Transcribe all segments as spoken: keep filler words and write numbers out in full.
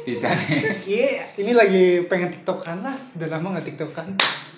Bisa nih. Iya, ini lagi pengen tiktokan lah. Udah lama nggak tiktokan.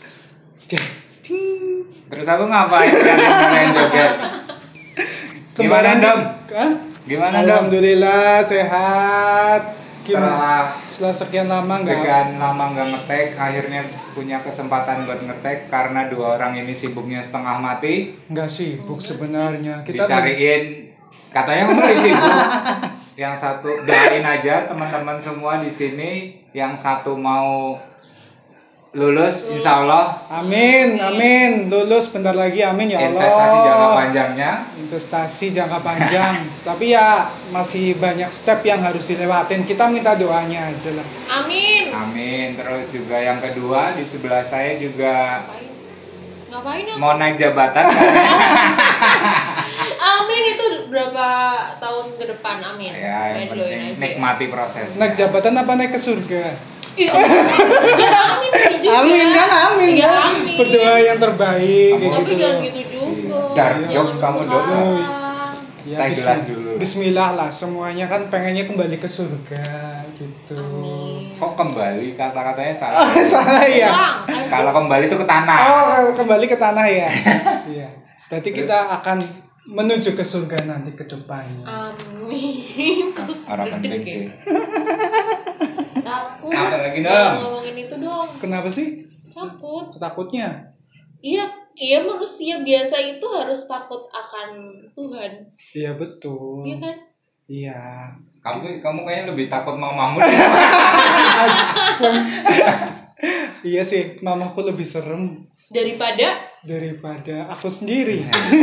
Terus aku ngapain kalian joget? Gimana Dom? Hah? Gimana Dom? Alhamdulillah sehat. Setelah Setelah sekian lama nggak sekian lama nggak ngetek, akhirnya punya kesempatan buat ngetek karena dua orang ini sibuknya setengah mati. nggak sibuk sebenarnya. Kita Dicariin, katanya kamu lagi sibuk. Yang satu doain aja teman-teman semua di sini. Yang satu mau lulus, insya Allah. Amin, amin. Lulus bentar lagi, amin ya Allah. Investasi jangka panjangnya. Investasi jangka panjang. Tapi ya masih banyak step yang harus dilewatin. Kita minta doanya aja lah. Amin. Amin. Terus juga yang kedua di sebelah saya juga Ngapain? Ngapain aku? mau naik jabatan. Amin, itu berapa tahun ke depan? Amin. Ya, yang Main doain penting aja. nikmati proses. Naik jabatan apa naik ke surga? Iya. Ya, amin sih juga. Amin kan, amin. Iya, kan? amin. Berdoa yang terbaik. Kamu- kayak Tapi gitu. jangan gitu juga. Dark Jangan jokes kamu dong. sekarang. Ya, Teh bismi- gelas dulu. Bismillah lah, semuanya kan pengennya kembali ke surga gitu. Amin. Kok kembali kata-katanya salah? Oh, salah ya. Bang, harus- Kalau kembali itu ke tanah. Oh, kembali ke tanah ya. Iya. Berarti kita akan menuju ke surga nanti ke depannya. Amin. Orang penting sih. Takut. Apa lagi, Dom? Jangan ngomongin itu dong. Kenapa sih? Takut. Takutnya? Iya, iya manusia biasa itu harus takut akan Tuhan. Iya betul. Iya kan? Iya. Kamu kamu kayaknya lebih takut mau Mahmud ya? Asem. Iya sih, mamaku lebih serem Daripada daripada aku sendiri.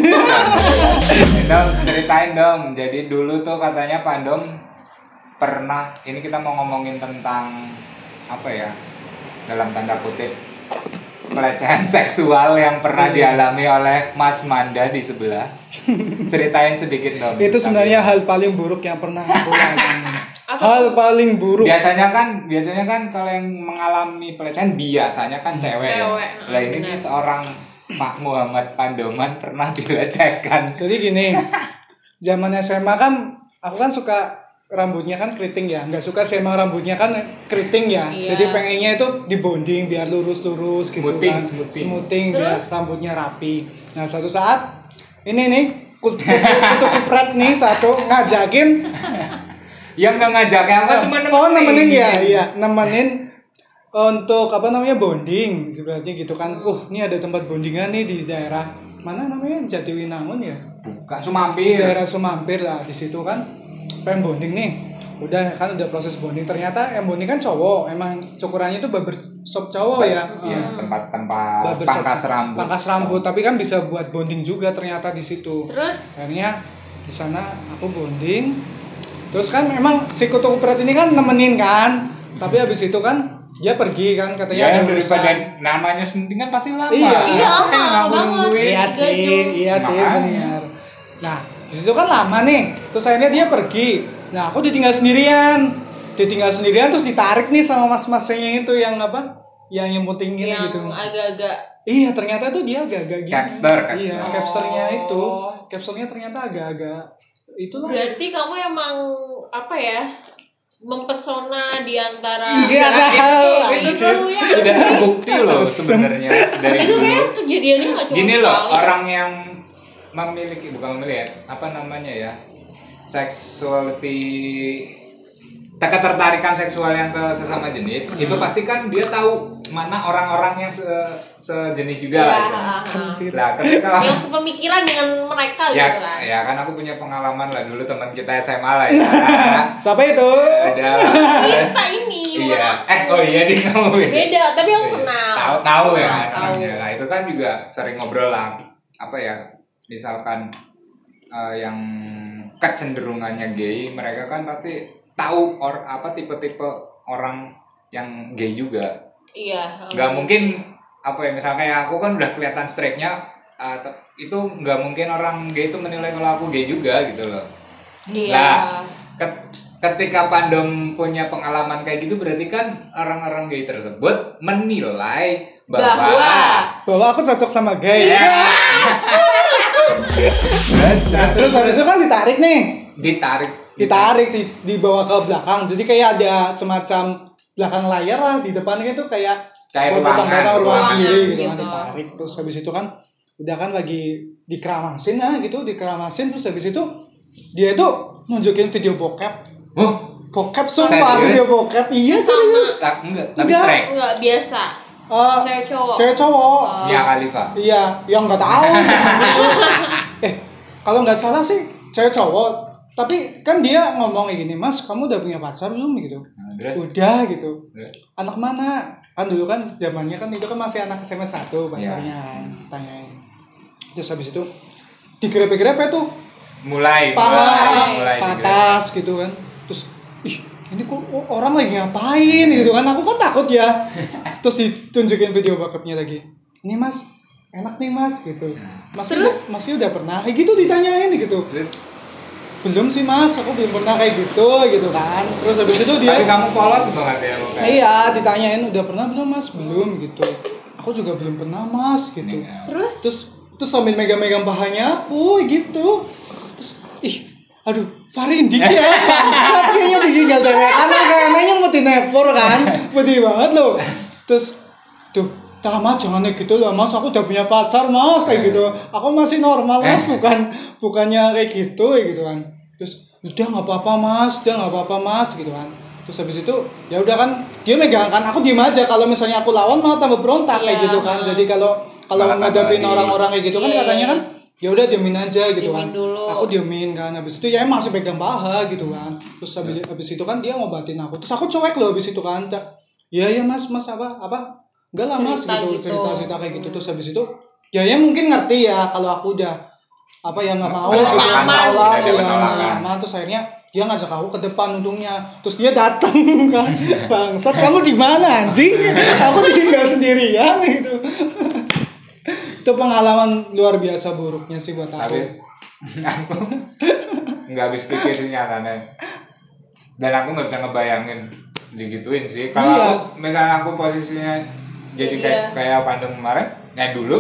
Dom, ceritain dong. Jadi dulu tuh katanya Pak Dom pernah, ini kita mau ngomongin tentang apa ya? Dalam tanda kutip pelecehan seksual yang pernah dialami oleh Mas Manda di sebelah. Ceritain sedikit dong. Itu sebenarnya hal paling buruk yang pernah aku alami. apa? Hal paling buruk. Biasanya kan, biasanya kan kalau yang mengalami pelecehan biasanya kan cewek. Cewek, Ya? Lah ini benar. nih seorang Pak Muhammad Pandoman pernah dilecehkan. Jadi gini, zaman S M A kan aku kan suka rambutnya kan keriting ya, nggak suka sih emang rambutnya kan keriting ya. Iya. Jadi pengennya itu dibonding biar lurus-lurus gitu Smoothing, kan, smoothing. smoothing biar Terus? rambutnya rapi. Nah suatu saat ini nih kutu kutu kupret nih satu ngajakin. Yang nggak ngajaknya aku kan cuma nemenin. Oh nemenin ya, iya nemenin untuk apa namanya bonding sebenarnya gitu kan. Uh ini ada tempat bondingan nih di daerah mana namanya Jatiwinangun ya. Bukan Sumampir. Daerah Sumampir lah di situ kan pengen bonding nih, udah kan udah proses bonding, ternyata yang bonding kan cowok, emang cukurannya itu barbershop cowok ya, Iya, tempat tempat Barbershop, pangkas rambut. pangkas rambut, tapi kan bisa buat bonding juga ternyata di situ. Terus Akhirnya di sana aku bonding, terus kan memang si kutu kupret ini kan nemenin kan, tapi habis itu kan dia pergi kan katanya Ya, ada daripada urusan. namanya sunting kan pasti lama. Iya. Iya, lama, Ngapain lama nunggu- banget. nungguin? Iya Tiga sih, jam. iya sih Makanya. benar. Nah, di situ kan lama nih. Terus akhirnya dia pergi. Nah, aku ditinggal sendirian. Ditinggal sendirian terus ditarik nih sama mas-masnya itu yang apa? Yang yang pentingin yang gitu. agak-agak Iya, ternyata tuh dia agak-agak gini. Capster, capster. Iya, capsternya itu. Oh. Capsternya ternyata agak-agak itulah. berarti kamu emang apa ya? Mempesona di antara Iya, Nah, tahu. itu Anjir. tuh ya. Udah terbukti loh Asem. sebenarnya dari Itu dulu. kayak kejadiannya nggak cuma Gini loh, sekali. orang yang memiliki, bukan memiliki ya, apa namanya ya, sexuality, ketertarikan seksual yang ke sesama jenis, Hmm. itu pasti kan dia tahu mana orang-orang yang se sejenis juga Iya, lah. ah, ya. ah. Lah ketika yang sepemikiran dengan mereka ya, gitu kan. ya kan aku punya pengalaman lah dulu teman kita S M A lah ya. Siapa itu? Ada. Kita ini Iya. bukan Eh, oh iya di kamu ini. beda, tapi aku Iya. kenal. Tahu tahu ya Kenal, tahu. namanya. Nah, itu kan juga sering ngobrol lah. Apa ya? Misalkan eh, yang kecenderungannya gay, mereka kan pasti tahu or apa tipe-tipe orang yang gay juga. Iya. Nggak mungkin apa ya, misalnya kayak aku kan udah kelihatan strike-nya, uh, te- itu nggak mungkin orang gay itu menilai kalau aku gay juga gitu loh. Iya. Lah, Ket- ketika Pandom punya pengalaman kayak gitu, berarti kan orang-orang gay tersebut menilai bahwa, Bahwa Bahwa aku cocok sama gay. Ya. Nah, terus habis itu kan ditarik nih. ditarik ditarik di dibawa ke belakang. Jadi kayak ada semacam belakang layar lah, di depannya itu kayak Kayak buat ruangan, potong-potong ruangan ruangan sendiri gitu kan, gitu. ditarik. Terus habis itu kan udah kan lagi dikeramasin lah gitu, dikeramasin terus habis itu dia itu nunjukin video bokep. Oh, Bokep sumpah, Serius? video bokep. Iya Sama. serius. tak enggak, tapi Enggak. strike. Enggak biasa. Eh, Cewek cowok. cewek cowok. Oh. Mia Khalifa. Iya, yang nggak tahu. eh, kalau nggak salah sih cewek cowok. Tapi kan dia ngomong kayak gini, Mas, kamu udah punya pacar belum gitu? Nah, terus Udah gitu. Terus? Anak mana? Kan dulu kan zamannya kan itu kan masih anak S M S satu pacarnya. Iya. Tanyain. Terus habis itu digrepe-grepe tuh mulai paha, mulai mulai ke atas gitu kan. Terus ih, ini kok orang lagi ngapain gitu kan? Aku kan takut ya. Terus ditunjukin video bokepnya lagi. Ini Mas, enak nih Mas gitu. Masih Terus? udah, masih udah pernah kayak gitu ditanyain gitu. Terus Belum sih Mas, aku belum pernah kayak gitu gitu kan. Terus habis itu dia tapi kamu polos banget ya lo kayak. iya, ditanyain udah pernah belum Mas? Belum gitu. Aku juga belum pernah Mas gitu. Ini, ya. Terus Terus terus sambil megang-megang pahanya aku gitu. Terus ih, aduh, Farin dikit ya. Bangsat kayaknya digigal cewek. Karena kayaknya mau dinepor kan. Pedih banget loh. Terus tuh, "Dah Mas, jangan kayak gitu loh Mas, aku udah punya pacar Mas," kayak gitu. Aku masih normal Mas, bukan bukannya kayak gitu kayak gitu kan. Terus udah nggak apa-apa Mas, udah nggak apa-apa Mas gitu kan. Terus habis itu ya udah kan dia megang kan, aku diem aja. Kalau misalnya aku lawan malah tambah berontak kayak Iya. gitu kan. Jadi kalau kalau Malah tambah ngadepin lagi. orang-orang kayak gitu kan Iya, katanya iya. kan ya udah diemin aja gitu Diemin kan. dulu. Aku diemin kan. Habis itu ya emang masih pegang paha gitu kan. Terus habis, habis itu kan dia ngobatin aku. Terus aku cuek loh habis itu kan. Iya ya Mas, Mas apa apa? Enggak lah Mas Cerita gitu, gitu. cerita-cerita kayak gitu. Hmm. Terus habis itu ya ya mungkin ngerti ya kalau aku udah apa ya nggak mau Udah gitu nyaman. nolak Udah ada ya nggak penolakan. nyaman. Terus akhirnya dia ngajak aku ke depan untungnya. Terus dia datang kan. Bangsat, kamu di mana anjing? Aku ditinggal sendirian gitu. Itu pengalaman luar biasa buruknya sih buat aku. Tapi aku nggak habis pikir sih nyatanya. Dan aku nggak bisa ngebayangin digituin sih. Kalau Iya. aku misalnya aku posisinya jadi kayak Iya. kayak Pandem kemarin, ya dulu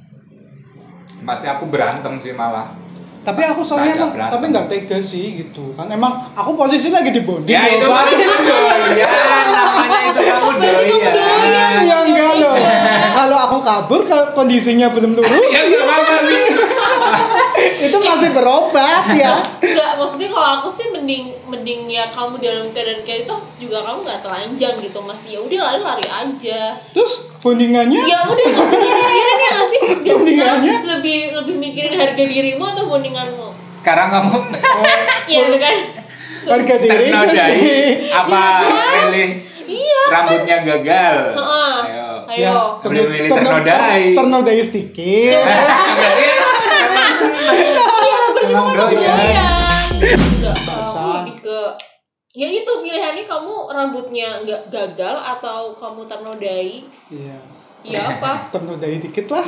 pasti aku berantem sih malah. Tapi aku soalnya Agak emang, berantem. tapi nggak tega sih gitu kan. Emang aku posisi lagi di bonding. Ya itu loh, kan Pak. doyan, namanya itu kamu doyan. Ya enggak loh. Kalau aku kabur kalau kondisinya belum lurus, Ya nggak apa-apa nih. itu masih berobat ya. enggak, maksudnya kalau aku sih mending mending ya kamu dalam keadaan kayak itu juga kamu nggak telanjang gitu, masih ya udah lari lari aja. Terus bondingannya Ya udah nggak usah mikirin ya nggak sih? Gak Bondingannya? lebih lebih mikirin harga dirimu atau bondinganmu? Sekarang kamu Iya kan? harga diri itu ternodai sih. apa pilih Iya. rambutnya gagal? Heeh. Ayo. Ayo. Boleh milih terno- ternodai. Ternodai sedikit. Berarti memang senang. Iya, berarti Emang kamu doyan. doyan. Enggak, kalau aku Masa? lebih ke ya itu pilihannya kamu rambutnya nggak gagal atau kamu ternodai. Iya. Iya apa? Ternodai dikit lah.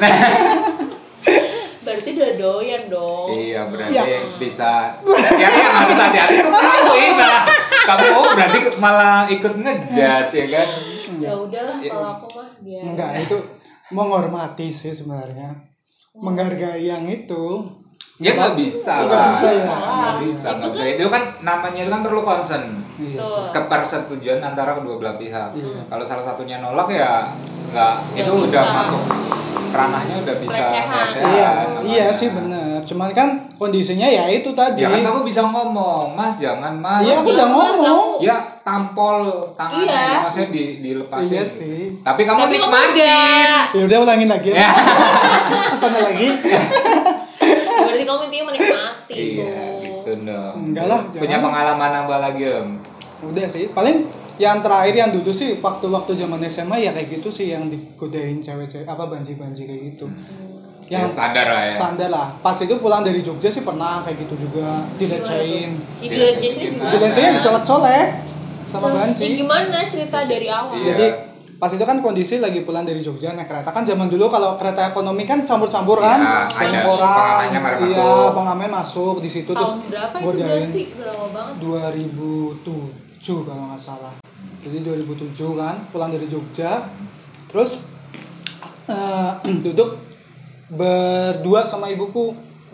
Berarti udah doyan dong. Iya berarti Ya. bisa. Ya yang harus hati-hati tuh kamu ini. Kamu oh berarti malah ikut ngejudge ya kan? Ya udahlah Ya. kalau aku mah biar. Enggak, itu menghormati sih sebenarnya. Menghargai yang itu. Ya nggak bisa Nggak lah. bisa ya. Nggak bisa, Itu nggak bisa. kan- Itu kan namanya itu kan perlu concern, Iya. Tuh. kepersetujuan antara kedua belah pihak. Iya. Kalau salah satunya nolak ya nggak, Nggak itu bisa. udah masuk ranahnya udah bisa Pelecehan. Iya, namanya. iya sih benar. Cuman kan kondisinya ya itu tadi. Ya kan kamu bisa ngomong, Mas jangan Mas. Iya, aku udah Mas, ngomong. aku- Ya tampol tangannya, Iya. maksudnya di dilepasin. Iya sih. Tapi kamu Tapi kamu nikmatin. enggak. Ya udah ulangin lagi. Ya. Kesana lagi. Berarti kamu intinya menikmati Iya, tuh. gitu dong. Enggak lah, Punya jangan. pengalaman apa lagi, Om? Udah sih. Paling yang terakhir yang dulu sih waktu-waktu zaman S M A ya kayak gitu sih yang digodain cewek-cewek apa banji-banji kayak gitu. Ya, Yang standar lah ya. standar lah. Pas itu pulang dari Jogja sih pernah kayak gitu juga dilecehin. Ide aja Gimana? juga. Dilecehin dicolek-colek sama Ya banji. gimana cerita dari awal? Iya. Jadi pas itu kan kondisi lagi pulang dari Jogja naik kereta kan zaman dulu kalau kereta ekonomi kan campur-campur kan, Iya, banyak ada. orang, Pengamannya baru iya masuk. pengamen masuk di situ terus Tahun berapa itu godain. berarti? Udah lama banget. dua ribu tujuh kalau nggak salah. Jadi dua ribu tujuh kan pulang dari Jogja, terus eh, duduk berdua sama ibuku.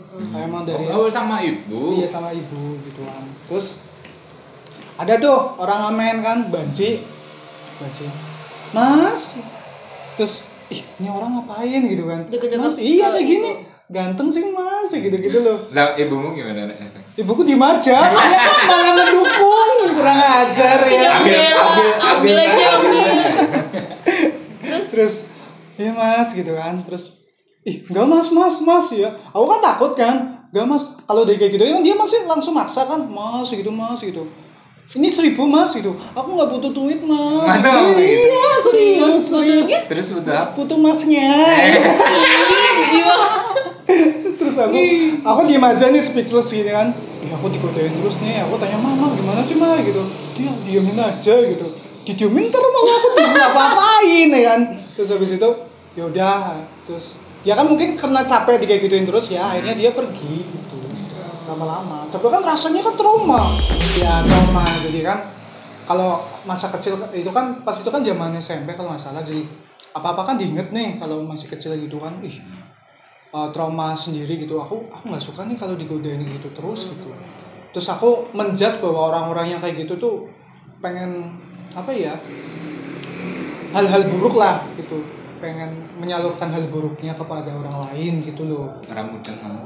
Kayak emang dari Oh, sama ibu. iya sama ibu gitu kan. Terus ada tuh orang ngamen kan, banci, banci, Mas. Terus ih ini orang ngapain gitu kan? Deket-deket Mas iya ke kayak gini, itu. ganteng sih Mas, gitu-gitu loh. Lah ibumu gimana? Ibuku diem aja, dia kan malah mendukung, kurang ajar ya. Ambil, ambil, ambil aja, ambil. Terus, terus, iya Mas gitu kan, terus, ih enggak Mas, Mas, Mas ya. Aku kan takut kan, enggak Mas. Kalau dia kayak gitu kan dia masih langsung maksa kan, Mas gitu, Mas gitu. Ini seribu Mas gitu. Aku nggak butuh duit Mas. Masa iya, gitu? iya serius, serius. Butuhnya? Terus butuh apa? Butuh Masnya. Iya. Terus aku, aku diem aja nih speechless gitu kan. Ih, aku digodain terus nih. Aku tanya mama gimana sih Ma gitu. Dia diemin aja gitu. Didiemin terus malah aku diem apa-apain ya kan. Terus habis itu ya udah. Terus ya kan mungkin karena capek kayak gituin terus ya. Akhirnya dia pergi gitu. Lama-lama. Tapi kan rasanya kan trauma. Ya trauma. Jadi kan kalau masa kecil itu kan pas itu kan zaman S M P kalau nggak salah. Jadi apa-apa kan diinget nih kalau masih kecil gitu kan. Ih. Uh, trauma sendiri gitu, aku aku nggak suka nih kalau digodain gitu terus gitu. Terus aku menjudge bahwa orang-orang yang kayak gitu tuh pengen apa ya, hal-hal buruk lah gitu, pengen menyalurkan hal buruknya kepada orang lain gitu loh. Rambut dan kamu.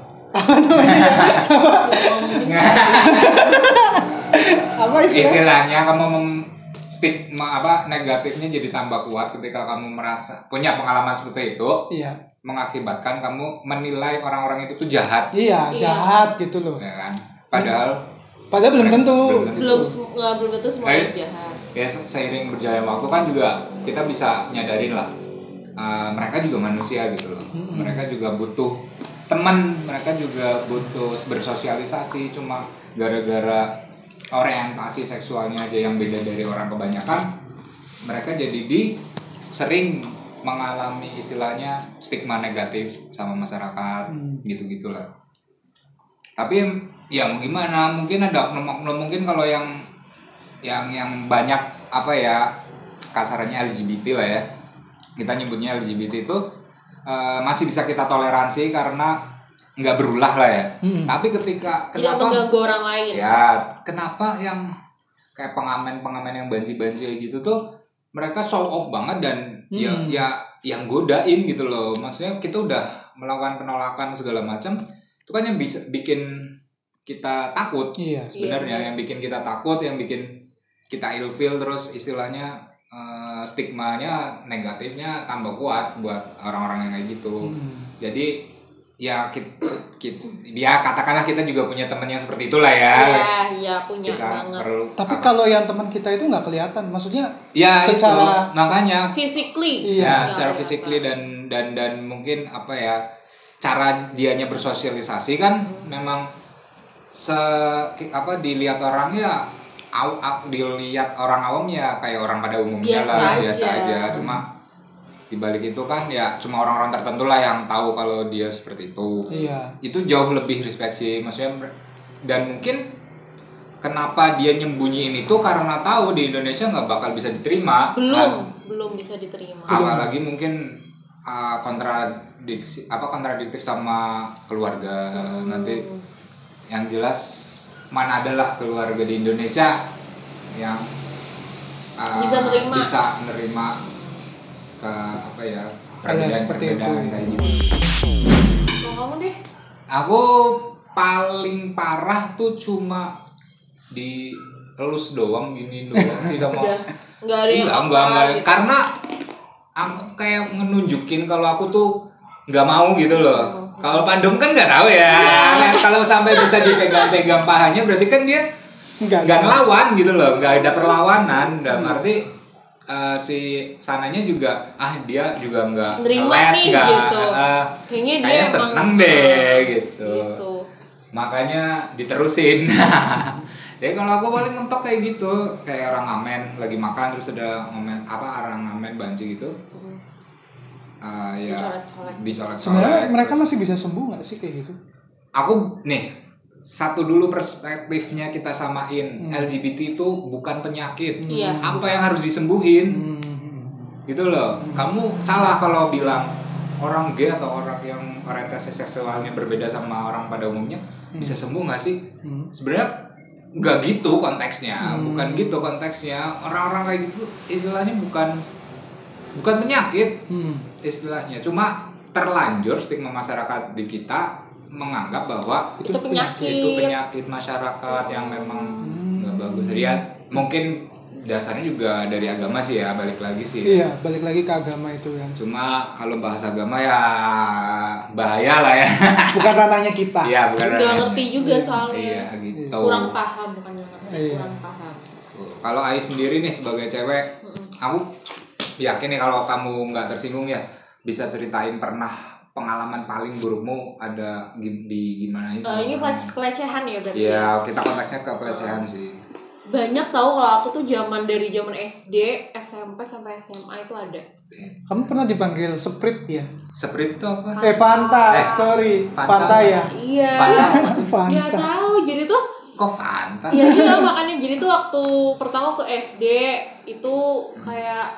Apa istilahnya? Istilahnya kamu mem- stigma apa negatifnya jadi tambah kuat ketika kamu merasa punya pengalaman seperti itu. Iya. Mengakibatkan kamu menilai orang-orang itu tuh jahat, Iya, Iya. jahat gitu loh. ya kan? Padahal Padahal belum tentu. Belum tentu. Belum sem- nggak belum tentu semuanya Baik. jahat. ya se- seiring berjalannya waktu kan juga kita bisa nyadarin lah, uh, mereka juga manusia gitu loh. Mm-mm. Mereka juga butuh teman, mereka juga butuh bersosialisasi. Cuma gara-gara orientasi seksualnya aja yang beda dari orang kebanyakan, mereka jadi di sering mengalami istilahnya stigma negatif sama masyarakat, Hmm. gitu-gitulah. Tapi ya mau gimana, mungkin ada oknum-oknum, mungkin kalau yang yang yang banyak apa ya kasarannya L G B T lah ya, kita nyebutnya L G B T itu uh, masih bisa kita toleransi karena nggak berulah lah ya. Hmm. Tapi ketika Tidak kenapa mengganggu orang lain. ya kenapa yang kayak pengamen-pengamen yang banci-banci kayak gitu tuh mereka show off banget dan ya Hmm. ya yang godain gitu loh. Maksudnya kita udah melakukan penolakan segala macam, itu kan yang bisa bikin kita takut Iya. sebenarnya, Iya. yang bikin kita takut, yang bikin kita ilfeel, terus istilahnya eh, stigmanya negatifnya tambah kuat buat orang-orang yang kayak gitu. Hmm. Jadi ya kita, kita ya katakanlah kita juga punya teman yang seperti itulah ya. Iya, iya punya Kita banget. perlu Tapi apa- kalau yang teman kita itu nggak kelihatan, maksudnya ya secara- itu makanya Physically. Iya. ya Nggak secara kelihatan. physically dan dan dan mungkin apa ya cara dianya bersosialisasi kan memang se apa dilihat orang ya aw, aw- dilihat orang awam ya kayak orang pada umumnya Biasa lah aja. biasa aja, cuma di balik itu kan ya cuma orang-orang tertentu lah yang tahu kalau dia seperti itu. iya. Itu jauh lebih respect sih maksudnya, dan mungkin kenapa dia nyembunyiin itu karena tahu di Indonesia nggak bakal bisa diterima. Belum, Nah, belum bisa diterima. apalagi mungkin uh, kontradiksi apa kontradiktif sama keluarga. Hmm. Nanti yang jelas mana adalah keluarga di Indonesia yang uh, Bisa nerima. bisa menerima ke apa ya Hal yang seperti perbedaan-perbedaan itu. kayak gitu. Kalau kamu deh, Aku paling parah tuh cuma di elus doang gini doang sih sama udah nggak ada yang enggak, apa enggak, enggak. gitu. Karena aku kayak ngenunjukin kalau aku tuh nggak mau gitu loh. Hmm. Kalau Pandom kan nggak tahu ya. Kalau sampai bisa dipegang-pegang pahanya berarti kan dia Enggak. nggak ngelawan gitu loh, nggak ada perlawanan. Dalam arti eh, si sananya juga ah dia juga nggak Nerima les, nih, nggak gitu. eh, Kayaknya dia kayaknya emang seneng deh gitu. gitu. Makanya diterusin. Jadi kalau aku paling mentok kayak gitu, kayak orang ngamen lagi makan terus ada ngamen apa orang ngamen banci gitu. Hmm. Uh, ya Dicolek-colek. dicolek-colek. Sebenarnya mereka terus- masih bisa sembuh nggak sih kayak gitu? Aku nih satu dulu perspektifnya kita samain. Hmm. L G B T itu bukan penyakit. Iya. Apa yang harus disembuhin? Hmm. Gitu loh. Kamu salah kalau bilang orang gay atau orang yang orientasi seksualnya berbeda sama orang pada umumnya Hmm. bisa sembuh nggak sih? Hmm. Sebenarnya nggak gitu konteksnya, Hmm. bukan gitu konteksnya. Orang-orang kayak gitu istilahnya bukan bukan penyakit Hmm. istilahnya, cuma terlanjur stigma masyarakat di kita menganggap bahwa Itu penyakit. itu penyakit masyarakat yang memang Hmm. nggak bagus. Jadi ya mungkin dasarnya juga dari agama sih ya, balik lagi sih. Iya, balik lagi ke agama itu kan. Cuma kalau bahas agama ya bahaya lah ya. Bukan ranahnya kita. Iya, bukan. Nggak ranahnya. ngerti juga soalnya. Iya, gitu. Kurang paham bukan nggak ngerti, Iya. kurang paham. Tuh. Kalau Ai sendiri nih sebagai cewek, Mm-mm. aku yakin nih kalau kamu nggak tersinggung ya bisa ceritain pernah pengalaman paling burukmu ada di, di gimana sih? Eh, ini pelece- pelecehan ya berarti. Iya, kita konteksnya ke pelecehan sih. Banyak tahu kalau aku tuh zaman dari zaman S D, S M P sampai S M A itu ada. Kamu pernah dipanggil Sprite ya? Sprite itu apa? Eh, Fanta, Eh, sorry. Fanta. Fanta ya? Iya. Fanta apa maksudnya? Nggak Fanta. tahu. Jadi tuh Kok Fanta? Iya iya makanya jadi tuh waktu pertama ke S D itu kayak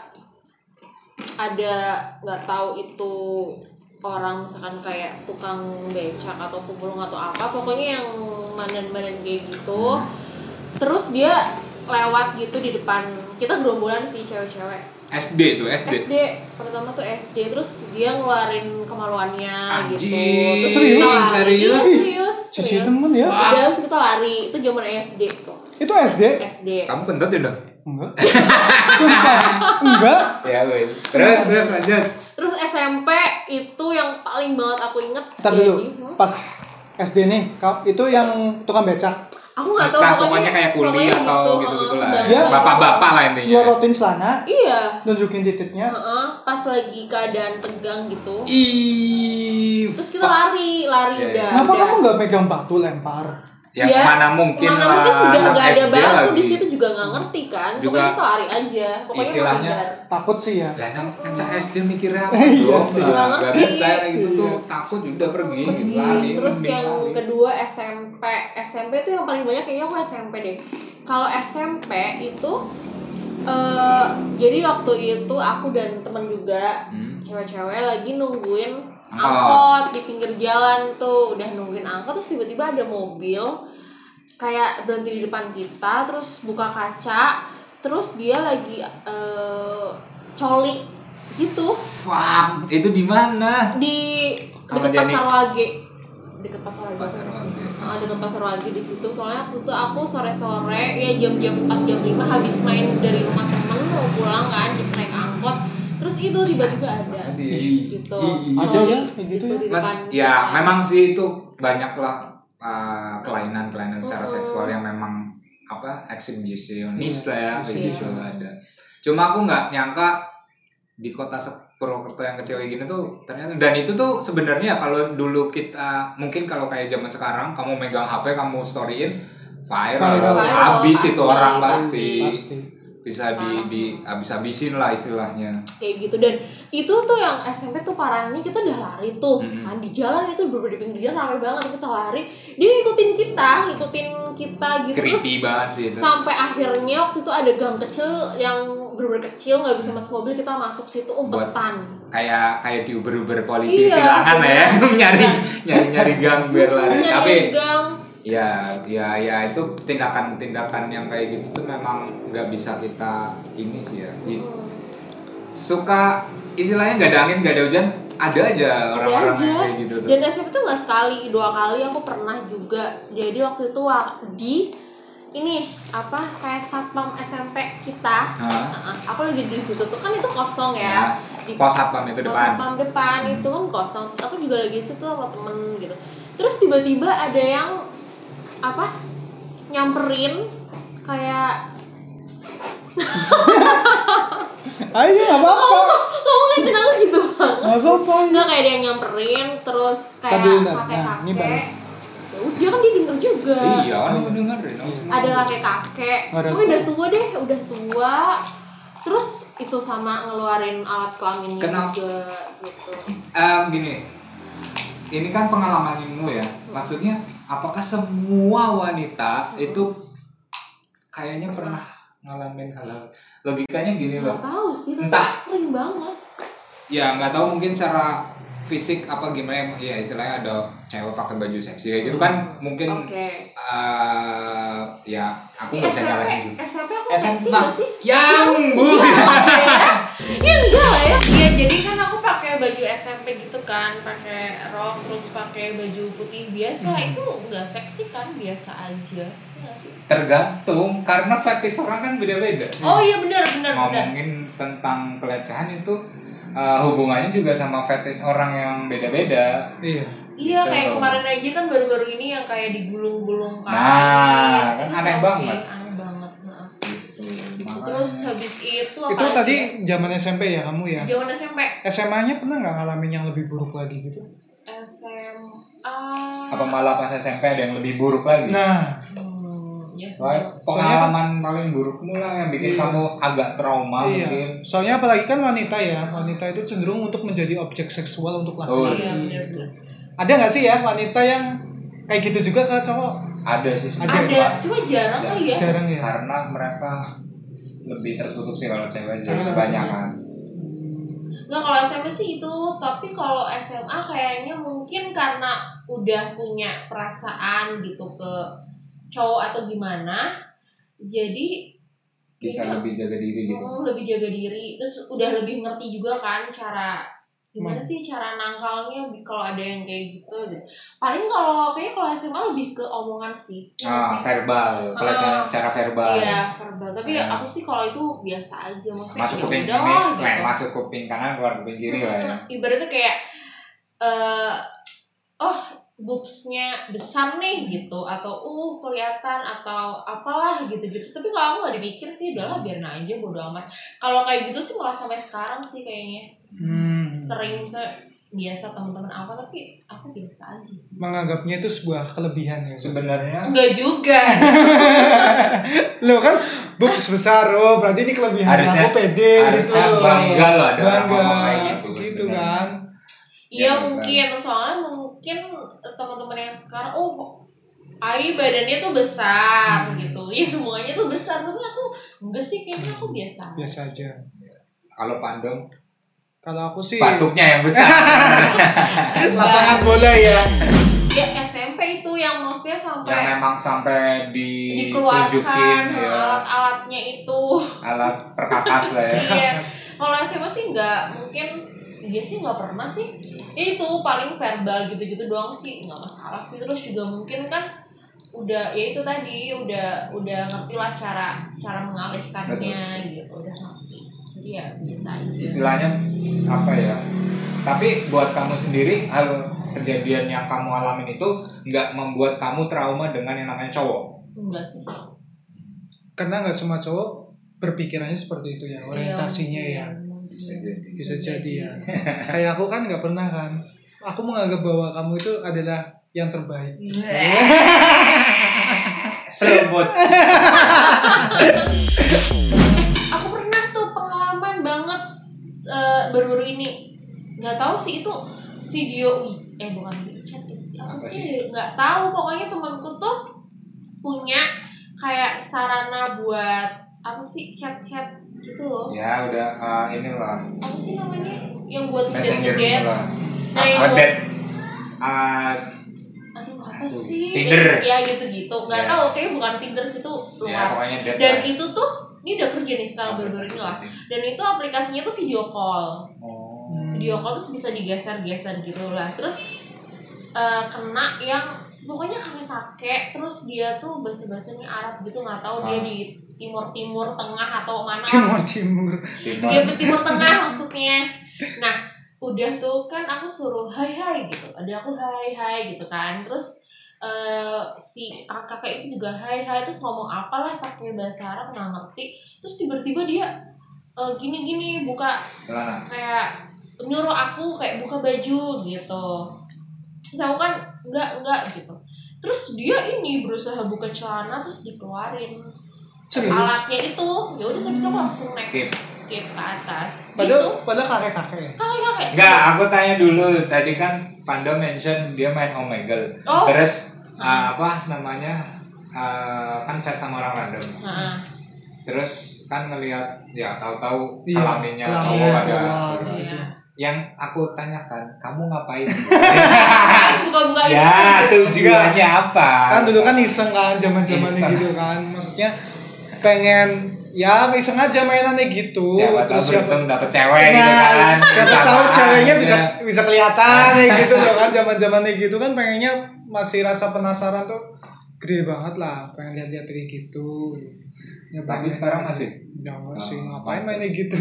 ada nggak tahu itu orang misalkan kayak tukang becak atau pemulung atau apa pokoknya yang mandan-mandan kayak gitu. Terus dia lewat gitu di depan kita gerombolan sih cewek-cewek. S D tuh, S D. S D pertama tuh S D terus dia ngeluarin kemaluannya gitu. Anjing, Terus serius? kita lari. Serius? Iya, serius. Cici serius. temen ya? Udah terus kita lari itu zaman S D tuh. Itu S D? S D. Kamu kentut ya dong? Enggak. Sumpah. Enggak. Ya wes. Terus terus lanjut. Terus S M P itu yang paling banget aku inget. Ntar dulu. jadi, hmm, Pas S D nih, kau- itu yang tukang becak. aku nggak tahu Nah, pokoknya, pokoknya kayak kuliah pokoknya atau gitu, gitu-gitu heeh, lah. sedang- Dia- Bapak-bapak lah intinya. Nyorotin celana, Iya. nunjukin titiknya. Heeh, pas lagi keadaan tegang gitu. Ih. Terus kita fuck. lari, lari Iya, udah. iya. Kenapa udah. kamu nggak pegang batu lempar? Ya, Ya, mana mungkin Mana lah. mungkin sudah anak nggak ada S D batu lagi. di situ juga nggak ngerti kan. Juga Pokoknya kita lari aja. Pokoknya istilahnya menghindar. Takut sih ya. Lah nang anak S D mikirnya apa Iya dong? sih. Lah, Nggak nggak ngerti. bisa gitu tuh Iya. takut udah pergi, gitu Pergi. lari. Terus mending yang lari. kedua S M P. S M P itu yang paling banyak kayaknya aku S M P deh. Kalau S M P itu eh jadi waktu itu aku dan temen juga Hmm. cewek-cewek lagi nungguin Angkot. angkot di pinggir jalan tuh udah nungguin angkot terus tiba-tiba ada mobil kayak berhenti di depan kita terus buka kaca terus dia lagi eh coli gitu Fuck, itu di mana? di Sama deket Jenny. pasar Wage deket pasar Wage Pasar Wage. Ah, deket pasar Wage di situ soalnya waktu itu aku sore-sore ya jam-jam empat jam lima habis main dari rumah temen mau pulang kan di naik angkot terus itu tiba-tiba ada Ih, gitu ih, Ada ya, kayak gitu ya? di Mas, depan ya kita. memang sih itu banyak lah uh, kelainan-kelainan secara Mm-mm. seksual yang memang apa eksibisionis Iya, lah ya, iya. visual ada. Cuma aku nggak nyangka di kota Purwokerto yang kecil kayak gini tuh ternyata dan itu tuh sebenarnya kalau dulu kita mungkin kalau kayak zaman sekarang kamu megang H P kamu storyin viral, Viral. habis Viral, itu pasti, orang pasti. pasti Pasti. bisa di di habis-habisin lah istilahnya. kayak gitu dan itu tuh yang S M P tuh parahnya kita udah lari tuh Mm-mm. kan di jalan itu bener di pinggir jalan rame banget kita lari dia ngikutin kita ngikutin kita gitu terus Creepy banget sih itu. sampai akhirnya waktu itu ada gang kecil yang bener-bener kecil nggak bisa masuk mobil kita masuk situ umpetan kayak kayak di Uber-Uber polisi Iya, tilangan lah ya bener. nyari nyari nyari gang biar lari Nyari tapi gang ya ya ya itu tindakan-tindakan yang kayak gitu tuh memang nggak bisa kita ini sih ya I- Hmm. suka istilahnya nggak ada angin nggak ada hujan ada aja orang-orang aja. yang kayak gitu tuh. Dan S M P tuh nggak sekali, dua kali aku pernah juga. Jadi waktu itu wak- di ini apa kayak satpam S M P kita. Hah? Heeh, aku lagi di situ tuh kan itu kosong Ya, ya. Di pos satpam itu pos depan. satpam depan Hmm. itu kan kosong. Terus aku juga lagi di situ sama temen gitu. Terus tiba-tiba ada yang apa nyamperin kayak Ayo, nggak apa-apa. kamu ngeliatin aku gitu bang. Nggak apa-apa. Enggak kayak dia yang nyamperin terus kayak Tadi benar. kakek Nah, ini kakek. baru. Ya udah kan dia denger juga. Iya, orang mau dengerin. Ada kakek kakek. Ada Pokoknya udah semua. tua deh, udah tua. Terus itu sama ngeluarin alat kelaminnya Kenapa? juga gitu. Eh, gini, ini kan pengalamanmu ya. Maksudnya, apakah semua wanita itu kayaknya pernah ngalamin hal-hal logikanya gini Nggak loh. tahu sih, tapi Entah. sering banget. Ya nggak tahu mungkin secara fisik apa gimana ya istilahnya ada cewek pakai baju seksi kayak gitu kan mungkin Oke. eh, ya aku nggak bisa S M P, nyalahin juga. S M P aku S M P seksi gak sih? yang bu Enggak lah ya. Ya enggak lah ya. Ya jadi kan aku pakai baju S M P gitu kan, pakai rok terus pakai baju putih biasa Hmm. itu enggak seksi kan, biasa aja. Enggak sih? tergantung karena fetish orang kan beda-beda. Oh iya benar benar benar. Ngomongin tentang pelecehan itu uh, hubungannya juga sama fetish orang yang beda-beda. Iya. Iya Gitu. kayak kemarin aja kan baru-baru ini yang kayak digulung-gulung kain. Nah, kan Itu aneh serem banget. sih, aneh banget. Nah. Gitu. Itu terus habis itu apa Itu lagi tadi ya? zaman S M P ya kamu ya? Zaman S M P. S M A-nya pernah nggak ngalamin yang lebih buruk lagi gitu? S M A. Apa malah pas S M P ada yang lebih buruk lagi? Nah, Hmm, ya Soalnya sudah. pengalaman paling burukmu lah yang bikin Iya. kamu agak trauma iya. mungkin. Soalnya apalagi kan wanita ya, wanita itu cenderung untuk menjadi objek seksual untuk Oh, laki-laki. iya, benar, gitu. benar. Ada nggak sih ya wanita yang kayak gitu juga ke cowok? Ada sih Ada. sebenarnya. Ada, cuma jarang Ada. kali ya. Jarang ya. Karena mereka lebih tertutup sih kalau cewek sih Iya. kebanyakan. Nggak, kalau S M P sih itu, tapi kalau S M A kayaknya mungkin karena udah punya perasaan gitu ke cowok atau gimana, jadi Bisa kayaknya, lebih jaga diri gitu. mm, lebih jaga diri, terus udah lebih ngerti juga kan cara gimana Hmm. sih cara nangkalnya bi- kalau ada yang kayak gitu. Paling kalau kayaknya kalau S M A lebih ke omongan sih. Ah, verbal, pelecehan Ah, secara verbal. Iya, verbal. Tapi Ya. aku sih kalau itu biasa aja, maksudnya Masuk ya kuping udah kiri, lah, nah, masuk kuping kanan, keluar kuping kiri lah ya. Hmm, ibaratnya kayak eh oh boobsnya besar nih gitu, atau uh kelihatan atau apalah gitu-gitu. Tapi kalau aku nggak dipikir sih, udahlah biarin aja, bodo amat. Kalau kayak gitu sih malah sampai sekarang sih kayaknya Hmm. sering misalnya biasa teman-teman apa, tapi aku biasa aja sih. Menganggapnya itu sebuah kelebihan ya. Sebenarnya Enggak juga. Lo kan boobs besar, oh berarti ini kelebihan Harusnya- aku pede gitu. harusnya bangga loh ada orang Bangga ngomong kayak gitu. gitu sebenarnya. kan. Iya Ya, mungkin, soalnya mungkin teman-teman yang sekarang, oh Ai badannya tuh besar gitu, ya semuanya tuh besar, tapi aku enggak sih, kayaknya aku biasa. Biasa aja. Kalau Pandong, Kalau aku sih batuknya yang besar. lapangan bola ya. Ya S M P itu yang maksudnya sampai yang memang sampai dikeluarkan ditunjukin ya, alat-alatnya itu. alat perkakas lah ya. Iya. Kalau S M A sih nggak, mungkin dia sih nggak pernah sih. Ya itu paling verbal gitu-gitu doang sih, nggak masalah sih. Terus juga mungkin kan udah ya itu tadi udah udah ngerti lah cara cara mengalihkannya gitu, udah ngerti. Jadi ya biasa aja. Istilahnya apa ya? Tapi buat kamu sendiri hal kejadian yang kamu alamin itu nggak membuat kamu trauma dengan yang namanya cowok? Enggak sih. Karena nggak semua cowok berpikirannya seperti itu ya, orientasinya Iya, ya. mungkin. Bisa jadi. Bisa jadi ya. Kayak aku kan nggak pernah kan. Aku menganggap bahwa kamu itu adalah yang terbaik. Selebut. Aku pernah tuh pengalaman banget eh, baru-baru ini, nggak tahu sih itu video Wii- eh bukan WeChat ya. Apa Apa sih nggak tahu, pokoknya temanku tuh punya kayak sarana buat apa sih chat-chat gitu loh. Ya udah uh, inilah Apa sih namanya yang buat messenger ngedate-ngedate. inilah. Nah, yang Ah, buat- dat- ah, Aduh apa Aduh, sih? Tinder. Ya gitu-gitu. Nggak Ya. tahu, kayaknya bukan Tinder sih, itu ya luar. pokoknya dat Dan lah. itu tuh ini udah kerja nih sekarang baru-baru ini lah. Dan itu aplikasinya tuh video call. Oh. Video call terus bisa digeser-geser gitu lah. Terus eh, kena yang pokoknya kami pakai, terus dia tuh bahasa-bahasanya Arab gitu, nggak tahu dia Ah. di timur-timur tengah atau mana. Timur Timur. Timur. Dia ke timur tengah maksudnya. Nah, udah tuh kan aku suruh hai hai gitu. Ada aku hai hai gitu kan. Terus eh, si kakak itu juga hai hai, terus ngomong apalah pakai bahasa Arab nggak ngerti. Terus tiba-tiba dia eh, gini-gini buka Celana. kayak nyuruh aku kayak buka baju gitu. Terus aku kan enggak enggak gitu. Terus dia ini berusaha buka celana terus dikeluarin Serius? alatnya itu. Ya udah habis itu aku langsung next Skip. skip ke atas. Gitu. Padahal padahal kakek-kakek. Kakek kakek. Enggak, aku tanya dulu. Tadi kan Panda mention dia main Omegle. Oh. Terus uh, apa namanya? Uh, kan chat sama orang random. Heeh. Terus kan ngelihat ya tahu-tahu Iya, kelaminnya kelamin cowok pada keluar, Iya. gitu. yang aku tanyakan, kamu ngapain? Buka-buka Ya, itu. tujuannya apa? Kan dulu kan iseng kan zaman-zamannya Iseng. gitu kan. Maksudnya pengen ya iseng aja mainannya gitu. Siapa tahu Terus siapa beruntung dapet cewek gitu kan. siapa tahu Samaan ceweknya gitu. bisa bisa kelihatan ya gitu loh kan. Zaman-zamannya gitu kan pengennya masih rasa penasaran tuh gede banget lah, pengen lihat-lihat kayak gitu. Ya, Tapi pengen- sekarang masih? Ya masih Oh, ngapain masih. mainnya gitu.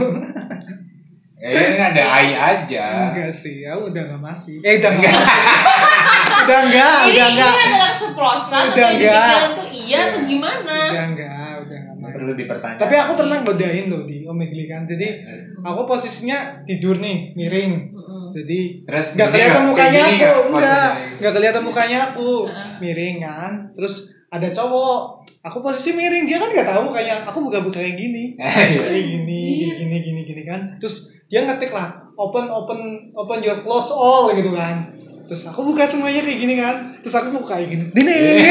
Ya ini ada A I aja. Enggak sih, ya udah enggak masih. Eh udah enggak masih. Udah enggak, Ini udah ini enggak. adalah keceplosan Udah atau yang enggak. dipikiran tuh iya atau Iya. gimana? Udah enggak, udah enggak main. Perlu dipertanyakan. Tapi aku pernah godain loh di Omegle kan. Jadi aku posisinya tidur nih, miring. Mm-mm. Jadi Terus nggak gini kelihatan nggak? mukanya Kayak gini aku, nggak enggak, posisinya? nggak kelihatan mukanya aku, Heeh. miring kan. Terus ada cowok, aku posisi miring, dia kan nggak tahu mukanya, aku buka-buka kayak gini, Iya. kayak gini, kayak gini, gini, gini kan. Terus dia ngetik lah, open, open, open your clothes all gitu kan. Terus aku buka semuanya kayak gini kan. Terus aku buka kayak gini, dini.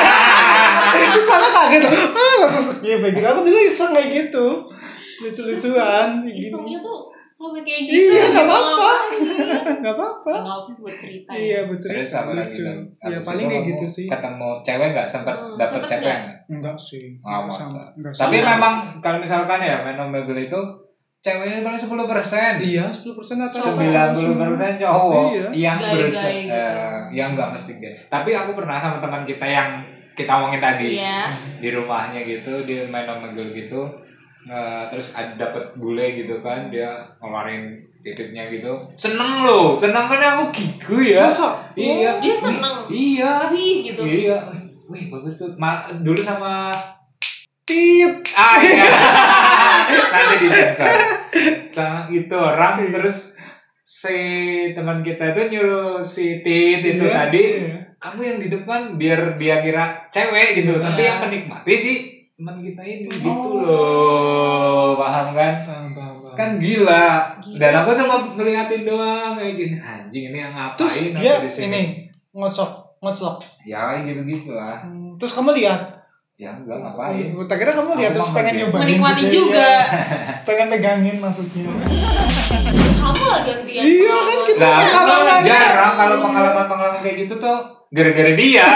Terus aku kaget, ah langsung skip kayak gitu. Aku dulu iseng kayak gitu, lucu-lucuan, kayak gini. Isengnya tuh sampai kayak gitu. Iya, nggak gitu, apa-apa, ngapain? nggak apa-apa. Nggak apa buat cerita. ya. Iya betul. Terus apa lagi Lucu. Bang? Ya Habis paling itu kayak kamu gitu sih. Ketemu cewek nggak sempat Hmm, dapet sempet cewek nggak? nggak? Enggak sih. Ah, Enggak masa. sama. Enggak Tapi sama. memang kalau misalkan ya main Omegle itu ceweknya paling sepuluh persen. Iya, sepuluh persen atau sembilan puluh persen cowok Iya. yang Gay-gay berusaha gitu. eh, yang nggak mesti gay. Tapi aku pernah sama teman kita yang kita omongin tadi Iya. di rumahnya gitu, dia main Omegle gitu, nge- terus ada dapet bule gitu kan, dia ngeluarin titiknya gitu, seneng loh, seneng kan aku gigu ya. Masa? Iya, Dia seneng. Iya, Wih gitu. iya, wih, wih bagus tuh. Ma- dulu sama Tit. ah iya, nanti disensor. Sama itu orang terus si teman kita itu nyuruh si Tit itu Iya, tadi, iya. kamu yang di depan biar dia kira cewek gitu, Iya. tapi yang menikmati sih teman kita ini gitu Oh. loh, paham kan? Paham, paham, paham. Kan gila. Gila Dan aku sih. cuma ngeliatin doang kayak gini, anjing ini yang ngapain Terus aku dia di sini? ini ngocok, ngocok. Ya gitu-gitu lah. Hmm, Terus kamu lihat? Ya enggak ngapain. Oh, tak kira kamu lihat Aku terus mah pengen ngerti. nyobain Menikmati gitu, juga. iya. Pengen megangin maksudnya. Kamu lagi gantian. Iya, kan kita Nah, aku tuh pengalaman. jarang kalau pengalaman-pengalaman kayak gitu tuh gara-gara dia.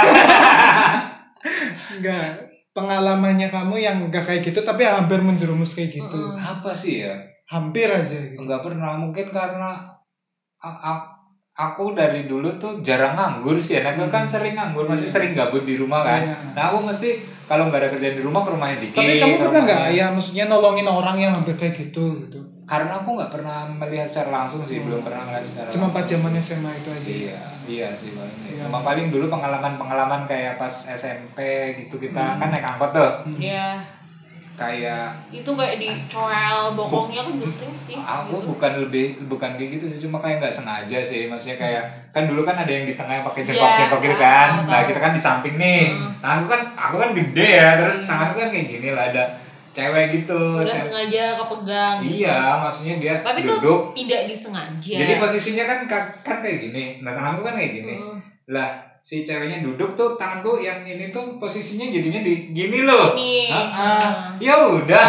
Enggak. Pengalamannya kamu yang enggak kayak gitu tapi hampir menjerumus kayak gitu. Mm-mm. Apa sih ya? Hampir aja gitu. Enggak pernah, mungkin karena a- a- aku dari dulu tuh jarang nganggur sih. Nah, aku kan sering nganggur, masih Iya. sering gabut di rumah kan. Iya. Nah, aku mesti kalau nggak ada kerjaan di rumah ke rumahnya dikit. Tapi kamu ke pernah nggak rumahnya- ya maksudnya nolongin orang yang hampir kayak gitu gitu? Karena aku nggak pernah melihat secara langsung sih, belum pernah melihat secara Cuma langsung pas zaman sih. S M A itu aja. Iya, iya sih paling. Iya. Cuma paling dulu pengalaman-pengalaman kayak pas S M P gitu kita Hmm. kan naik angkot tuh. Hmm. Iya. Kayak Itu kayak dicoel bokongnya kan juga sering sih. aku gitu. bukan lebih bukan kayak gitu sih, cuma kayak nggak sengaja sih. Maksudnya kayak kan dulu kan ada yang di tengah yang pakai Iya, jengkok-jengkok gitu tahu, kan. tahu, Nah, tahu. kita kan di samping nih. Hmm. Tanganku kan aku kan gede ya, terus Hmm. tanganku kan kayak gini lah, ada cewek gitu. Udah Saya- sengaja kepegang. gitu. Iya, maksudnya dia Tapi itu duduk. tidak disengaja. Jadi posisinya kan kan kayak gini. Nah, tanganku kan kayak gini. Mm. Lah, si ceweknya duduk tuh, tanganku yang ini tuh posisinya jadinya di gini loh. Ini. Heeh. Ya udah.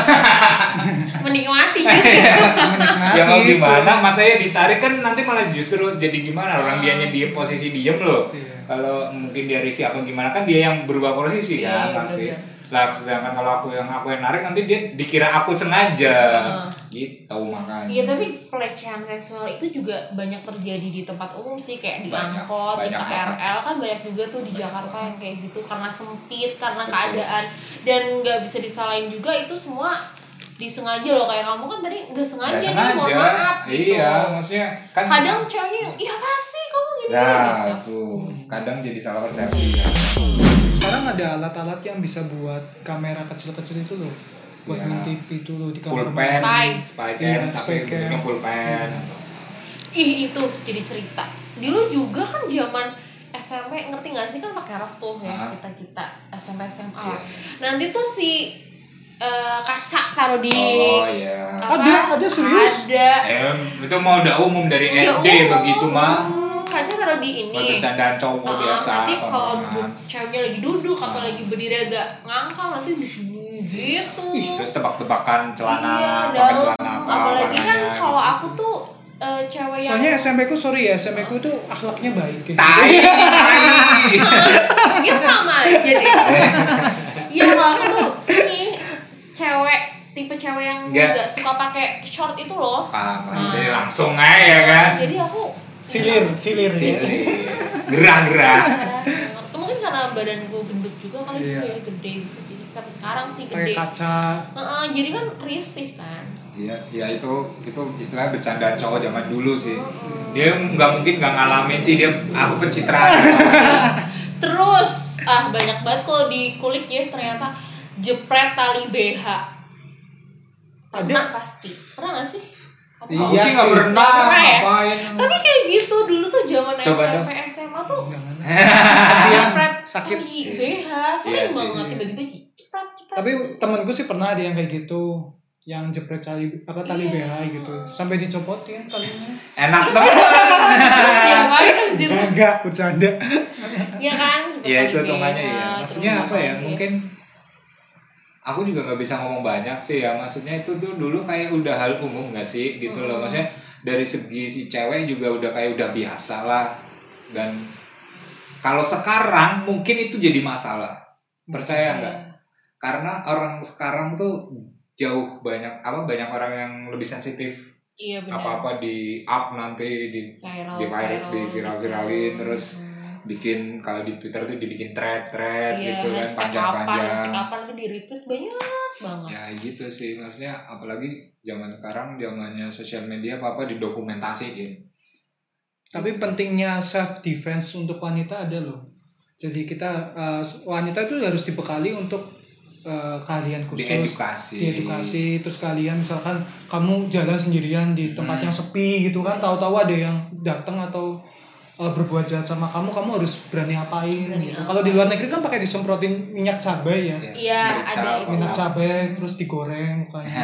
Menikmati juga. Menikmati Ya mau itu. gimana? Masa ya ditarik kan nanti malah justru jadi gimana? Orang Ah. dianya diem posisi diem loh. Iya. Kalau mungkin dia risih apa gimana kan dia yang berubah posisi kan Iya, pasti. bener-bener. Lah sedangkan kalau aku yang aku yang narik nanti dia dikira aku sengaja. Ah. Gitu makanya. Iya, tapi pelecehan seksual itu juga banyak terjadi di tempat umum sih, kayak di Banyak, angkot, di banyak K R L kan banyak juga tuh di Jakarta yang kayak gitu karena sempit, karena Betul. keadaan, dan nggak bisa disalahin juga itu semua disengaja loh, kayak kamu kan tadi nggak sengaja, Nggak nih, mohon sengaja. maaf gitu. Iya, maksudnya kan Kadang ceweknya yang, iya apa sih kamu gini ya gitu. tuh kadang jadi salah persepsi. Sekarang ada alat-alat yang bisa buat kamera kecil-kecil itu loh. Buat Iya. main T V itu loh di kamar. Pulpen, Spy. spy Iya, cam, spy tapi cam. bentuknya pulpen. Ih, itu jadi cerita. Dulu juga kan zaman S M P, ngerti nggak sih kan pakai rok tuh ya, Ah. kita kita S M P S M A. Iya. Nanti tuh si eh, kaca taruh di Oh iya. apa? Ada, ada, serius? Ada. Eh, itu mau udah umum dari Udah S D umum. begitu mah. Hmm, kaca taruh di ini. Buat bercandaan cowok Heeh, biasa. nanti kalau tongkrongan. bu- ceweknya lagi duduk atau Ah. lagi berdiri agak ngangkang nanti di sini gitu. Ih, terus tebak-tebakan celana, Iya, pakai dalam. celana apa Apalagi kan warnanya kalau gitu. aku tuh eh, cewek yang Soalnya S M P ku sorry ya, S M P ku tuh akhlaknya baik kayak gitu. Tai, tai. ya sama aja deh. Iya kalau aku tuh ini cewek tipe cewek yang Nggak. nggak suka pakai short itu loh. Paham, Nah. jadi langsung aja ya kan. Jadi aku Silir, silir ya. Silir. Gerah-gerah. ya, mungkin karena badanku gendut juga kali Iya. itu ya gede gitu. Jadi sampai sekarang sih Kayak gede. kaca. Heeh, jadi kan risih kan. Iya, ya itu itu istilahnya bercandaan cowok zaman dulu sih. Mm-mm. Dia nggak mungkin nggak ngalamin sih, dia aku pencitraan. Terus ah banyak banget kalau dikulik ya ternyata jepret tali B H. Pernah pasti. Pernah gak sih? Kamu Iya Aku sih nggak sih. pernah Nggak pernah ya? ngapain. Tapi kayak gitu dulu tuh zaman Coba S M dong. P S M A tuh Jangan. Kasihan, jepret sakit. tali B H sering Iya sih. banget tiba-tiba jepret jepret. Tapi temenku sih pernah ada yang kayak gitu, yang jepret tali apa tali Iya. B H gitu, sampai dicopotin talinya. Enak banget. terus diapain abis itu? Enggak, bercanda. Iya kan? Iya Tali itu B H, hitungannya ya. Maksudnya terus apa ya? lagi? Mungkin aku juga nggak bisa ngomong banyak sih ya. Maksudnya itu tuh dulu kayak udah hal umum nggak sih gitu loh. Mm-mm. Maksudnya dari segi si cewek juga udah kayak udah biasa lah. Dan kalau sekarang mungkin itu jadi masalah. Percaya nggak? Karena orang sekarang tuh jauh banyak apa banyak orang yang lebih sensitif. Iya benar. Apa-apa di up nanti di Viral, di viral, di viral, viral-viralin gitu. terus Hmm. bikin kalau di Twitter tuh dibikin thread-thread Iya, gitu kan hashtag apa, panjang-panjang. hashtag apa nanti di retweet banyak banget. Ya gitu sih maksudnya apalagi zaman sekarang zamannya sosial media apa-apa didokumentasiin. Tapi pentingnya self defense untuk wanita ada loh. Jadi kita uh, wanita itu harus dibekali untuk uh, keahlian khusus, Diedukasi. diedukasi. Terus kalian misalkan kamu jalan sendirian di tempat Hmm. yang sepi gitu kan, tahu-tahu ada yang datang atau uh, berbuat jahat sama kamu, kamu harus berani apain Berani gitu. apa. Kalau di luar negeri kan pakai disemprotin minyak cabai ya, Iya, merica, ada itu. minyak apa-apa. cabai terus digoreng mukanya.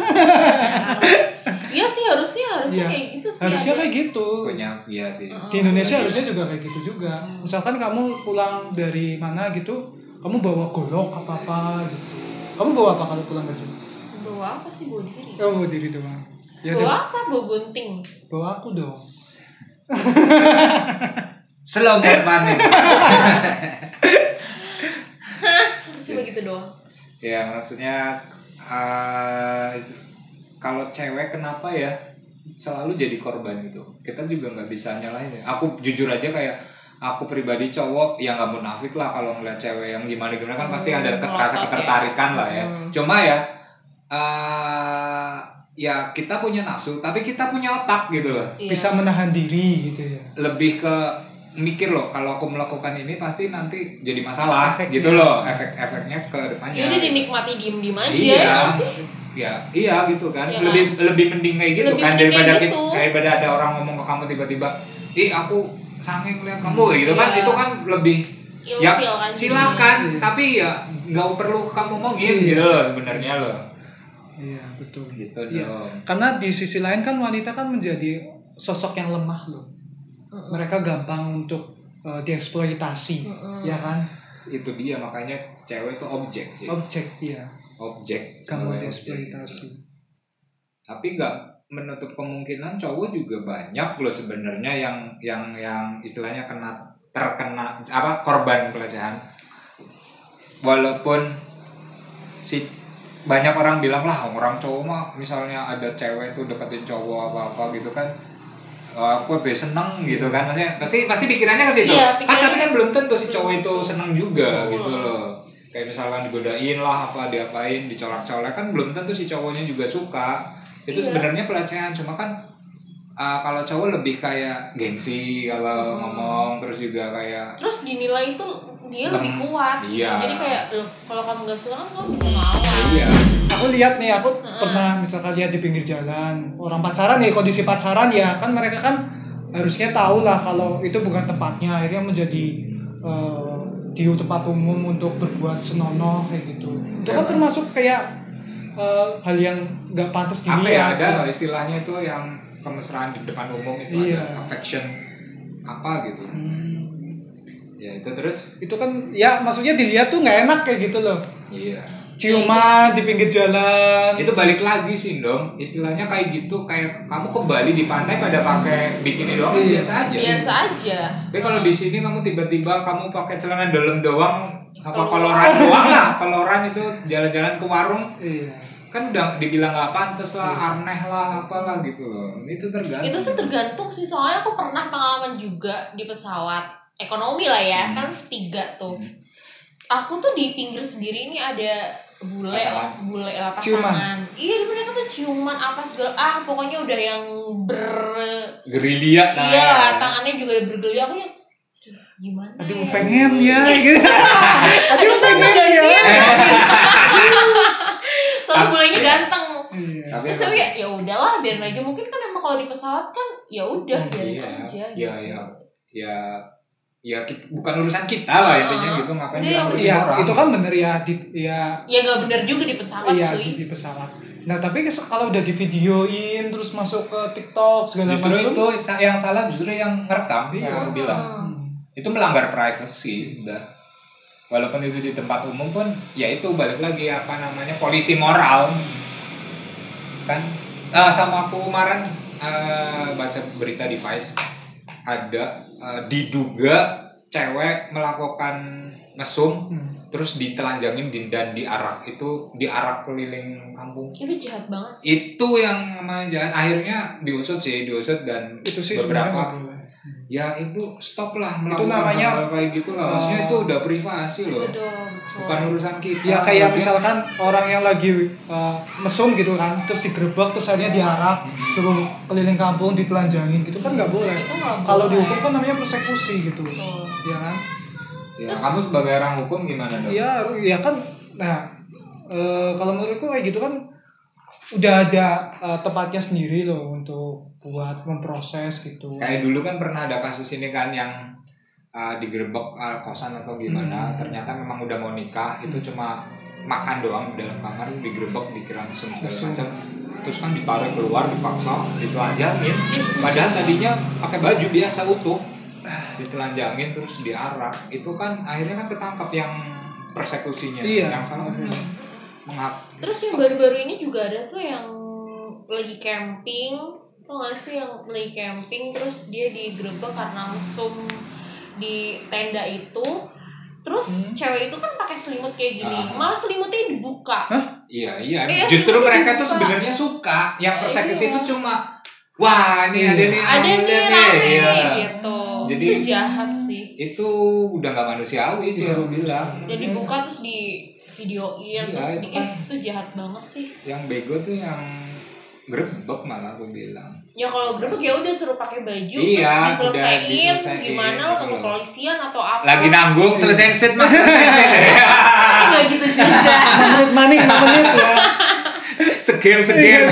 Iya sih harusnya harusnya Iya. kayak gitu sih. Harusnya ada. kayak gitu. Punya iya sih. Heeh. Di Indonesia Iya. harusnya juga kayak gitu juga. Hmm. Misalkan kamu pulang dari mana gitu, kamu bawa golok apa apa gitu. Kamu bawa apa kalau pulang kerja? Bawa apa sih bawa diri? Oh, bawa diri doang. Ya Bawa udah, apa? Bawa gunting. bawa aku dong. Slow morning. Cuma gitu doang. Ya maksudnya eh, kalau cewek kenapa ya selalu jadi korban gitu. Kita juga nggak bisa nyalahin. ya. Aku jujur aja kayak aku pribadi cowok yang nggak munafik lah kalau ngeliat cewek yang gimana gimana kan pasti Hmm, ada rasa melotot ya. ketertarikan lah ya. Hmm. Cuma ya eh, ya kita punya nafsu tapi kita punya otak gitu loh. Iya. Bisa menahan diri gitu ya. Lebih ke mikir loh kalau aku melakukan ini pasti nanti jadi masalah Efeknya. gitu loh efek-efeknya ke depannya. Ya udah dinikmati diem-diem aja Iya, nggak sih? ya, iya gitu kan. Iya lebih lebih mending kayak gitu Lebih kan mending daripada kayak kita, gitu. daripada ada orang ngomong ke kamu tiba-tiba, ih aku sange ngeliat kamu gitu kan. Iya. Itu kan lebih ya Ilfil kan. silakan, Iya. tapi ya nggak perlu kamu ngomongin Iya. gitu loh sebenarnya loh. Iya, betul. Gitu Iya. dong. Karena di sisi lain kan wanita kan menjadi sosok yang lemah loh. Mm-mm. Mereka gampang untuk uh, dieksploitasi, Mm-mm. ya kan? Itu dia makanya cewek itu objek sih. Objek, iya. Objek. Gampang sebagai objek dieksploitasi. gitu. Tapi nggak menutup kemungkinan cowok juga banyak loh sebenarnya yang yang yang istilahnya kena terkena apa korban pelecehan. Walaupun si banyak orang bilang lah orang cowok mah misalnya ada cewek tuh deketin cowok apa apa gitu kan, oh, aku lebih seneng gitu kan, maksudnya pasti pasti pikirannya ke situ. Iya, Kan pikirannya- tapi kan belum tentu si cowok itu seneng juga Betul. gitu loh. Kayak misalkan digodain lah apa diapain dicolak-colak kan belum tentu si cowoknya juga suka. Itu Iya. sebenarnya pelecehan, cuma kan uh, kalau cowok lebih kayak gengsi kalau Hmm. ngomong, terus juga kayak Terus dinilai itu dia Lem- lebih kuat. iya. Jadi kayak loh, kalau kamu nggak suka kan kamu bisa ngelawan. iya. Aku lihat nih, aku Heeh. pernah misalkan lihat di pinggir jalan orang pacaran ya, kondisi pacaran ya kan, mereka kan harusnya tahu lah kalau itu bukan tempatnya, akhirnya menjadi uh, di tempat umum untuk berbuat senonoh kayak gitu. Itu kan Ya. termasuk kayak uh, hal yang nggak pantas Apa ya dilihat. ada istilahnya itu yang kemesraan di depan umum itu Iya. ada affection apa gitu. Hmm. Ya itu terus Itu kan ya maksudnya dilihat tuh nggak enak kayak gitu loh. iya. ciuman di pinggir jalan. Itu balik lagi sih dong, istilahnya kayak gitu, kayak kamu ke Bali di pantai pada pakai bikini doang Iya. biasa aja. Biasa aja. Tapi kalau di sini kamu tiba-tiba kamu pakai celana dalam doang, apa Keluar. koloran doang lah, koloran itu jalan-jalan ke warung Iya. kan udah dibilang nggak pantas lah, aneh lah, apalah gitu loh. Itu tergantung. Itu sih tergantung sih, soalnya aku pernah pengalaman juga di pesawat ekonomi lah ya, Hmm. kan tiga tuh. Hmm. Aku tuh di pinggir sendiri ini ada bule, Pasangan. bule lah Ciuman. pasangan. Iya, di mereka tuh ciuman apa segala, ah pokoknya udah yang ber, Gerilya nah. iya tangannya juga udah bergelia. Aku yang, aduh gimana? Aduh ya? pengen ya gitu. Aduh Tante pengen ya. gantian. Soalnya bulenya ganteng. Iya. Tapi Terus tapi ya ya udahlah, biarin aja. Mungkin kan emang kalau di pesawat kan ya udah biarin iya, aja. ya, gitu. ya, ya, ya, kita, bukan urusan kita lah intinya Uh-uh. gitu, ngapain Udah, kita yang ngurusin Iya, orang. itu kan bener ya di ya Ya nggak bener juga di pesawat iya cuy. di, di pesawat. Nah, tapi kes- kalau udah di videoin terus masuk ke TikTok segala Justru macam. itu sa- yang salah justru yang ngerekam, Iya. yang aku bilang. Hmm. Itu melanggar privacy udah. Walaupun itu di tempat umum pun, ya itu balik lagi apa namanya polisi moral kan. Ah, sama aku kemarin eh, baca berita di Vice, ada eh, diduga cewek melakukan mesum Hmm. terus ditelanjangin di- dan diarak, itu diarak keliling kampung. Itu jahat banget sih. Itu yang namanya jahat. Akhirnya diusut sih, diusut dan Itu sih sebenarnya nggak beberapa boleh. ya itu stop lah Itu melakukan namanya- hal kayak gitu lah. Maksudnya Oh. itu udah privasi loh, Betul, betul. bukan urusan kita. Ya kayak Lagian- misalkan orang yang lagi uh, mesum gitu kan, terus digerebek terus akhirnya diarak, Hmm. suruh keliling kampung ditelanjangin gitu kan nggak boleh. Itu nggak Kalau boleh. dihukum kan namanya persekusi gitu, Betul. ya kan? ya, Terus- kamu sebagai orang hukum gimana dong? Iya, ya kan. Nah, eh, kalau menurutku kayak gitu kan udah ada eh, tempatnya sendiri loh untuk buat memproses gitu. Kayak dulu kan pernah ada kasus ini kan yang uh, digerebek uh, kosan atau gimana, Hmm. ternyata memang udah mau nikah, itu Hmm. cuma makan doang di dalam kamar, digerebek, dikira mesum segala Mesum. macam. Terus kan ditarik keluar, dipaksa, ditelanjangin. Padahal tadinya pakai baju biasa utuh, ditelanjangin terus diarak. Itu kan akhirnya kan ketangkap yang persekusinya, Iya. yang salah Hmm. menghak. Terus yang baru-baru ini juga ada tuh yang lagi camping, tau gak sih yang lagi camping terus dia digerebek karena mesum di tenda itu. Terus Hmm. cewek itu kan pakai selimut kayak gini, Ah. malah selimutnya dibuka. Iya, iya. Iya, Justru selimutnya mereka tuh dibuka. sebenarnya suka. Yang Iya. persekusi itu cuma wah, ini Iya. ada nih, Ada ada nih rame Iya. nih gitu. Jadi- itu jahat sih. Itu udah nggak manusiawi sih Iya. aku bilang. Dan dibuka terus di videoin Iya, terus itu di kan. eh itu jahat banget sih. Yang bego tuh yang grebek malah aku bilang. Ya kalau grebek ya udah suruh pakai baju Iya, terus udah diselesaiin, diselesaiin, gimana lo gitu ke loh. kepolisian atau apa. Lagi nanggung, selesai sit mas, selesai sit. Enggak gitu juga. Menurut Manik lima menit ya. Segem, segem.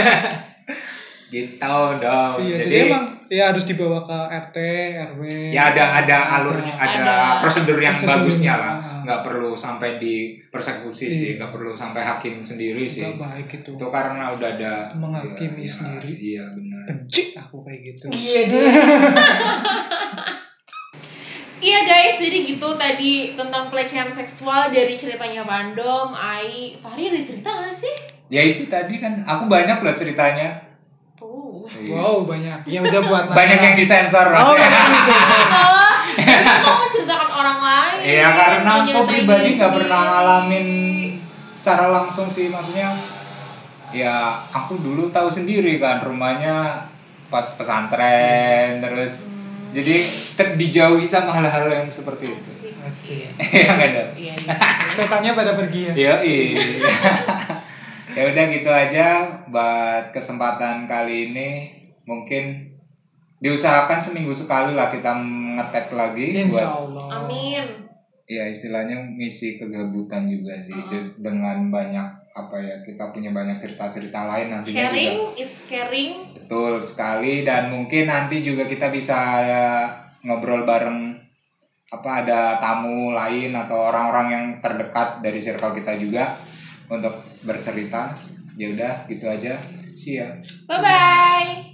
Gitu dong. Iya, jadi, Jadi, emang ya harus dibawa ke R T, R W. ya ada ada alurnya, ada, Ada prosedur yang prosedurnya. bagusnya lah. Ah. Nggak perlu sampai di persekusi Iya. sih, nggak perlu sampai hakim sendiri sih. Nggak baik itu. Itu karena udah ada Menghakimi iya, sendiri. Iya benar. Benci aku kayak gitu. Iya deh. Iya guys, jadi gitu tadi tentang pelecehan seksual dari ceritanya Bandom, Ai, Fahri ada cerita gak sih? Ya itu tadi kan aku banyak loh ceritanya. Oh. Iya. Wow, banyak. Ya udah buat Banyak yang disensor. Oh, Mas. banyak yang disensor. Oh, jadi kok menceritakan orang lain? Iya karena Jangan aku nyeritain pribadi diri nggak pernah sendiri. ngalamin secara langsung sih, maksudnya ya aku dulu tahu sendiri kan rumahnya pas pesantren terus Hmm, jadi ter- dijauhi sama hal-hal yang seperti itu. asik. Asik. Iya. Iya nggak ada. Iya, iya. Setannya pada pergi ya. Ya iya. Ya udah gitu aja buat kesempatan kali ini, mungkin diusahakan seminggu sekali lah kita ngetek lagi Insya buat Allah. Amin. ya istilahnya ngisi kegabutan juga sih. Hmm. Just dengan banyak apa ya, kita punya banyak cerita-cerita lain nantinya Sharing juga. is caring. Betul sekali, dan mungkin nanti juga kita bisa ya, ngobrol bareng apa ada tamu lain atau orang-orang yang terdekat dari circle kita juga untuk bercerita. Ya udah gitu aja. See ya. Bye bye.